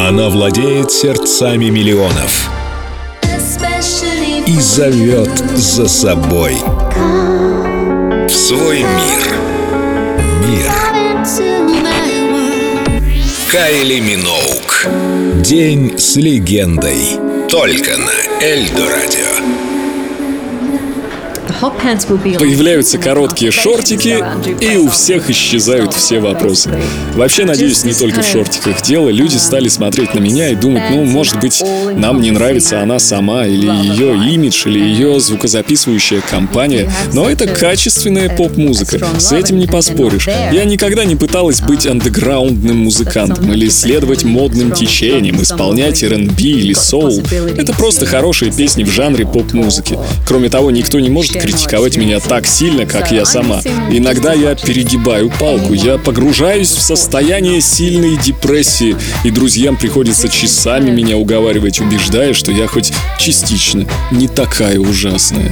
Она владеет сердцами миллионов и зовет за собой в свой мир. Кайли Миноуг. День с легендой. Только на Эльдо Радио. Появляются короткие шортики, и у всех исчезают все вопросы. Вообще, надеюсь, не только в шортиках дело. Люди стали смотреть на меня и думать, может быть, нам не нравится она сама, или ее имидж, или ее звукозаписывающая компания. Но это качественная поп-музыка, с этим не поспоришь. Я никогда не пыталась быть андеграундным музыкантом или следовать модным течениям, исполнять R&B или соул. Это просто хорошие песни в жанре поп-музыки. Кроме того, никто не может критиковать меня так сильно, как я сама. Иногда я перегибаю палку, я погружаюсь в состояние сильной депрессии, и друзьям приходится часами меня уговаривать, убеждая, что я хоть частично не такая ужасная.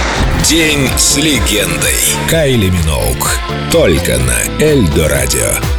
День с легендой. Кайли Миноуг. Только на Эльдо Радио.